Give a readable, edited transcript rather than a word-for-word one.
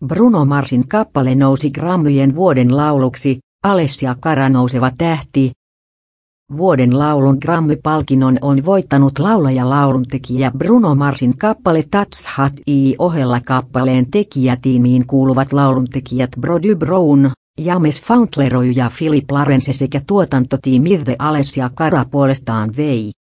Bruno Marsin kappale nousi Grammyjen vuoden lauluksi, Alessia Cara nouseva tähti. Vuoden laulun Grammy-palkinnon on voittanut laulaja lauluntekijä Bruno Marsin kappale Touch Hat I ohella kappaleen tekijätiimiin kuuluvat lauluntekijät Brody Brown, James Fauntleroy ja Philip Lawrence sekä tuotantotiimi The Alessia Cara puolestaan vei